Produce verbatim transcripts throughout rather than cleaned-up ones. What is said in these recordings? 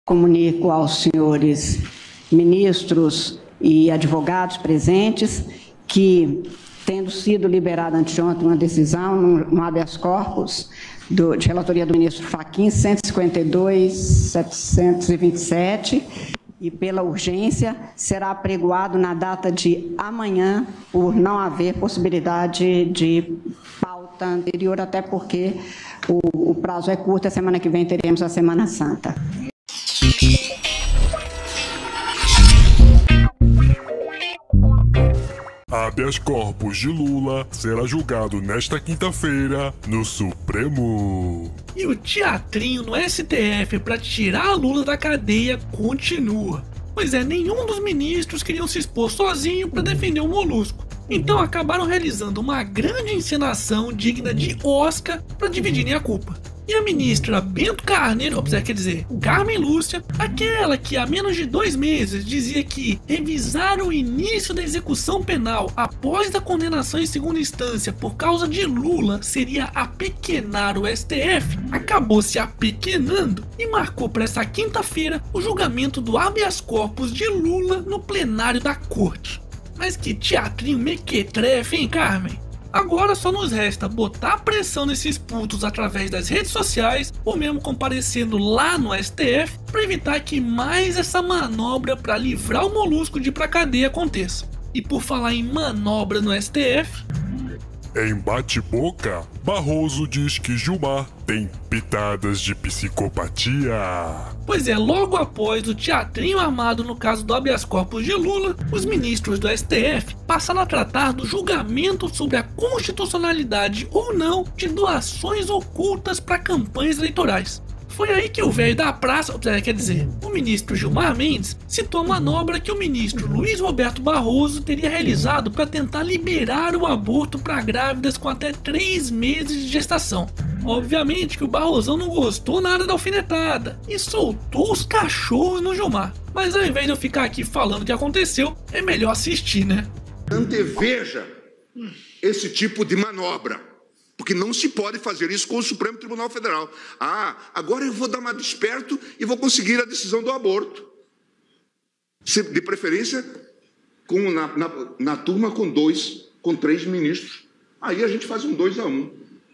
Comunico aos senhores ministros e advogados presentes que, tendo sido liberada anteontem uma decisão no habeas corpus do, de relatoria do ministro Fachin, cento e cinquenta e dois, setecentos e vinte e sete, e pela urgência, será apregoado na data de amanhã, por não haver possibilidade de pauta anterior, até porque o, o prazo é curto, a semana que vem teremos a Semana Santa. Habeas corpus de Lula será julgado nesta quinta-feira no Supremo. E o teatrinho no S T F para tirar Lula da cadeia continua. Pois é, nenhum dos ministros queriam se expor sozinho para defender o Molusco. Então acabaram realizando uma grande encenação digna de Oscar para dividirem a culpa. E a ministra Bento Carneiro, quer dizer, Carmen Lúcia, aquela que há menos de dois meses dizia que revisar o início da execução penal após a condenação em segunda instância por causa de Lula seria apequenar o S T F, acabou se apequenando e marcou para essa quinta-feira o julgamento do habeas corpus de Lula no plenário da corte. Mas que teatrinho mequetrefe, hein, Carmen? Agora só nos resta botar pressão nesses putos através das redes sociais ou mesmo comparecendo lá no S T F para evitar que mais essa manobra para livrar o Molusco de ir pra cadeia aconteça. E por falar em manobra no S T F... Em bate-boca, Barroso diz que Gilmar tem pitadas de psicopatia. Pois é, logo após o teatrinho armado no caso do habeas corpus de Lula, os ministros do S T F passaram a tratar do julgamento sobre a constitucionalidade ou não de doações ocultas para campanhas eleitorais. Foi aí que o velho da praça, quer dizer, o ministro Gilmar Mendes, citou a manobra que o ministro Luiz Roberto Barroso teria realizado para tentar liberar o aborto para grávidas com até três meses de gestação. Obviamente que o Barrosão não gostou nada da alfinetada e soltou os cachorros no Gilmar. Mas ao invés de eu ficar aqui falando o que aconteceu, é melhor assistir, né? Anteveja esse tipo de manobra. Porque não se pode fazer isso com o Supremo Tribunal Federal. Ah, agora eu vou dar uma desperto e vou conseguir a decisão do aborto. De preferência, com, na, na, na turma com dois, com três ministros. Aí a gente faz um dois a um.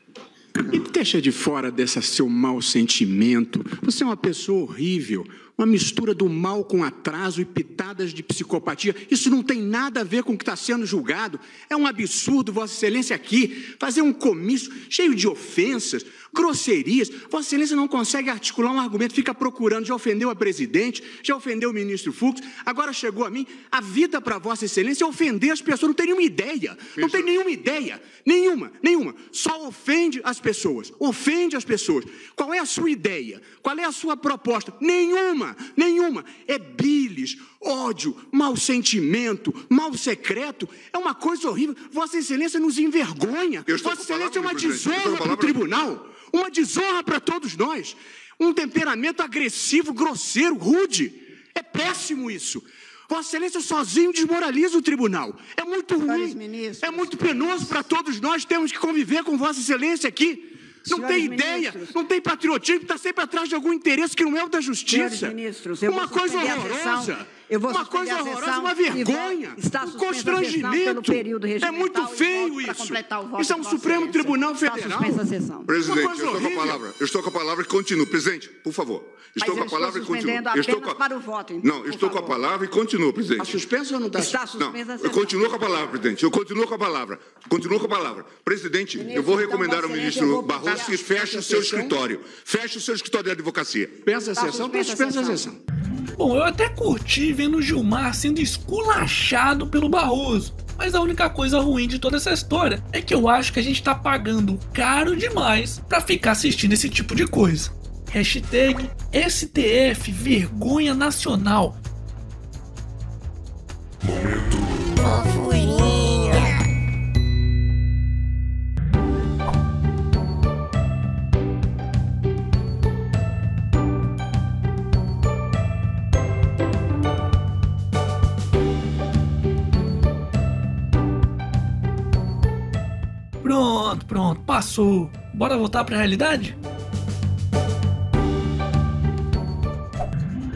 E deixa de fora desse seu mau sentimento. Você é uma pessoa horrível. Uma mistura do mal com atraso e pitadas de psicopatia. Isso não tem nada a ver com o que está sendo julgado. É um absurdo, Vossa Excelência, aqui fazer um comício cheio de ofensas, grosserias. Vossa Excelência não consegue articular um argumento, fica procurando. Já ofendeu a presidente, já ofendeu o ministro Fux, agora chegou a mim. A vida para Vossa Excelência é ofender as pessoas. Não tem nenhuma ideia. Não tem nenhuma ideia. Nenhuma, nenhuma. Só ofende as pessoas. Ofende as pessoas. Qual é a sua ideia? Qual é a sua proposta? Nenhuma. Nenhuma. É bilis, ódio, mau sentimento, mal secreto. É uma coisa horrível. Vossa Excelência nos envergonha. Vossa Excelência é uma desonra para o tribunal. Uma desonra para todos nós. Um temperamento agressivo, grosseiro, rude. É péssimo isso. Vossa Excelência sozinho desmoraliza o tribunal. É muito ruim. É muito penoso para todos nós. Temos que conviver com Vossa Excelência aqui. Não tem ideia, não tem patriotismo, está sempre atrás de algum interesse que não é o da justiça. Uma coisa horrorosa. Uma coisa horrorosa, uma vergonha, um constrangimento. É muito feio isso. Isso é um Supremo Tribunal Federal. Presidente, eu estou com a palavra. Eu estou com a palavra e continuo. Presidente, por favor. Estou com a palavra e continuo. Estou com para o voto, Não, estou com a palavra e continuo, presidente. Está suspenso ou não está? Está suspensa a sessão. Eu continuo com a palavra, presidente. Eu continuo com a palavra. Continuo com a palavra. Presidente, eu vou recomendar ao ministro Barroso que feche o seu escritório. Feche o seu escritório de advocacia. Suspensa a sessão, suspensa a sessão. Bom, eu até curti vendo o Gilmar sendo esculachado pelo Barroso. Mas a única coisa ruim de toda essa história é que eu acho que a gente tá pagando caro demais pra ficar assistindo esse tipo de coisa. Hashtag S T F Vergonha Nacional. Momento Fofurinha. Pronto, pronto, passou. Bora voltar pra realidade?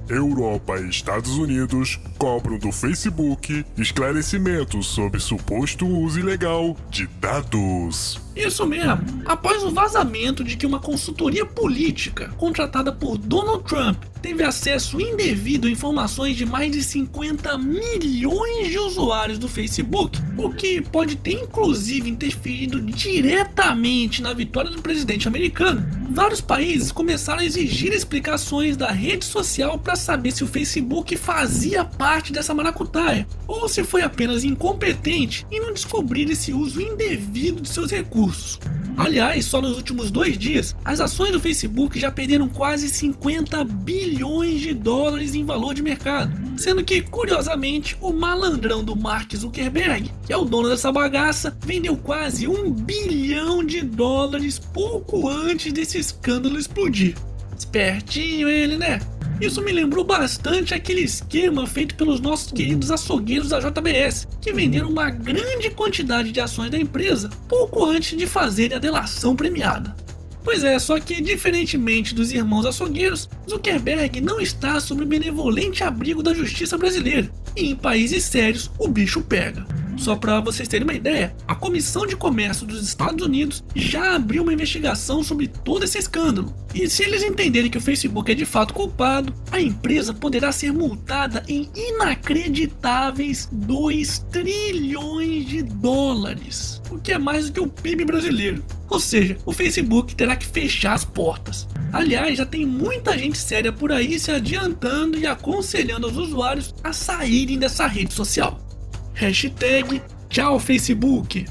Europa e Estados Unidos cobram do Facebook esclarecimentos sobre suposto uso ilegal de dados. Isso mesmo. Após o vazamento de que uma consultoria política contratada por Donald Trump teve acesso indevido a informações de mais de cinquenta milhões de usuários do Facebook, o que pode ter inclusive interferido diretamente na vitória do presidente americano, vários países começaram a exigir explicações da rede social para saber se o Facebook fazia parte dessa maracutaia ou se foi apenas incompetente em não descobrir esse uso indevido de seus recursos. Aliás, só nos últimos dois dias, as ações do Facebook já perderam quase cinquenta bilhões de dólares em valor de mercado, sendo que, curiosamente, o malandrão do Mark Zuckerberg, que é o dono dessa bagaça, vendeu quase um bilhão de dólares pouco antes desse escândalo explodir. Espertinho ele, né? Isso me lembrou bastante aquele esquema feito pelos nossos queridos açougueiros da J B S, que venderam uma grande quantidade de ações da empresa pouco antes de fazerem a delação premiada. Pois é, só que diferentemente dos irmãos açougueiros, Zuckerberg não está sob o benevolente abrigo da justiça brasileira, e em países sérios o bicho pega. Só para vocês terem uma ideia, a Comissão de Comércio dos Estados Unidos já abriu uma investigação sobre todo esse escândalo. E se eles entenderem que o Facebook é de fato culpado, a empresa poderá ser multada em inacreditáveis dois trilhões de dólares, o que é mais do que o P I B brasileiro. Ou seja, o Facebook terá que fechar as portas. Aliás, já tem muita gente séria por aí se adiantando e aconselhando os usuários a saírem dessa rede social. Hashtag tchau Facebook.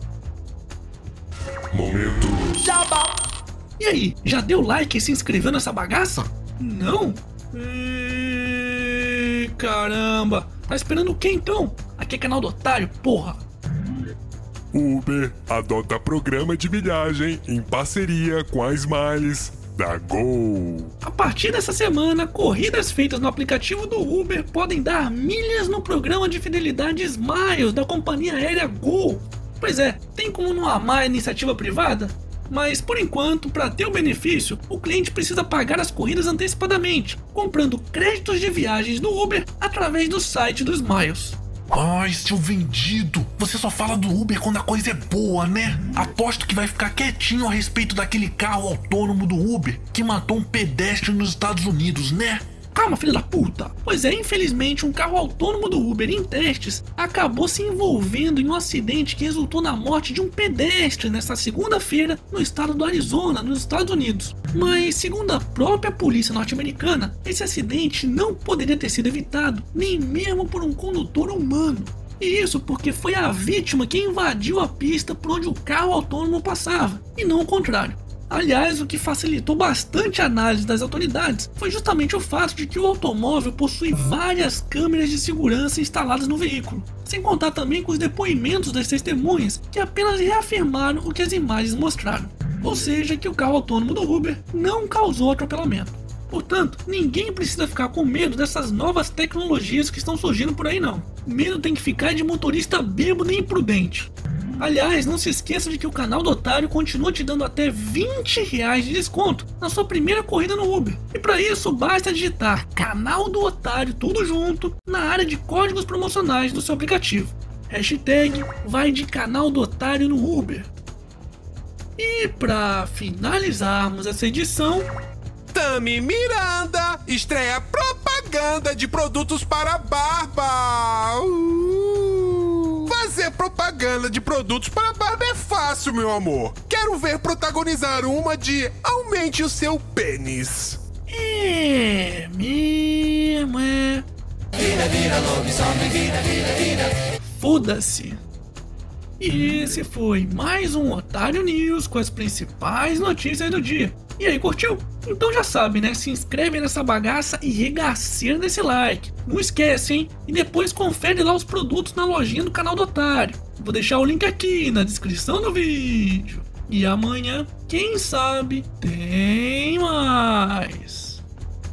Momento. E aí, já deu like e se inscreveu nessa bagaça? Não? Ih, caramba, tá esperando o que então? Aqui é canal do Otário, porra. Uber adota programa de milhagem em parceria com a Smiles da Gol. A partir dessa semana, corridas feitas no aplicativo do Uber podem dar milhas no programa de fidelidade Smiles da companhia aérea Gol. Pois é, tem como não amar a iniciativa privada? Mas por enquanto, para ter o benefício, o cliente precisa pagar as corridas antecipadamente, comprando créditos de viagens do Uber através do site do Smiles. Ai, seu vendido, você só fala do Uber quando a coisa é boa, né? Aposto que vai ficar quietinho a respeito daquele carro autônomo do Uber que matou um pedestre nos Estados Unidos, né? Calma, filho da puta! Pois é, infelizmente um carro autônomo do Uber em testes acabou se envolvendo em um acidente que resultou na morte de um pedestre nesta segunda-feira no estado do Arizona, nos Estados Unidos. Mas, segundo a própria polícia norte-americana, esse acidente não poderia ter sido evitado, nem mesmo por um condutor humano. E isso porque foi a vítima que invadiu a pista por onde o carro autônomo passava, e não o contrário. Aliás, o que facilitou bastante a análise das autoridades foi justamente o fato de que o automóvel possui várias câmeras de segurança instaladas no veículo, sem contar também com os depoimentos das testemunhas que apenas reafirmaram o que as imagens mostraram, ou seja, que o carro autônomo do Uber não causou atropelamento. Portanto, ninguém precisa ficar com medo dessas novas tecnologias que estão surgindo por aí não. Medo tem que ficar de motorista bêbado e imprudente. Aliás, não se esqueça de que o canal do Otário continua te dando até vinte reais de desconto na sua primeira corrida no Uber. E para isso basta digitar Canal do Otário tudo junto na área de códigos promocionais do seu aplicativo. Hashtag vai de Canal do Otário no Uber. E para finalizarmos essa edição, Tami Miranda estreia propaganda de produtos para barba. Uh, fazer propaganda de produtos para barba é fácil, meu amor. Quero ver protagonizar uma de aumente o seu pênis. é mesmo, é... Vira, vira, lobisomem, vira, vira, vira. Foda-se. E esse foi mais um Otário News com as principais notícias do dia. E aí, curtiu? Então já sabe, né? Se inscreve nessa bagaça e regaceira desse like. Não esquece, hein? E depois confere lá os produtos na lojinha do canal do Otário. Vou deixar o link aqui na descrição do vídeo. E amanhã, quem sabe, tem mais.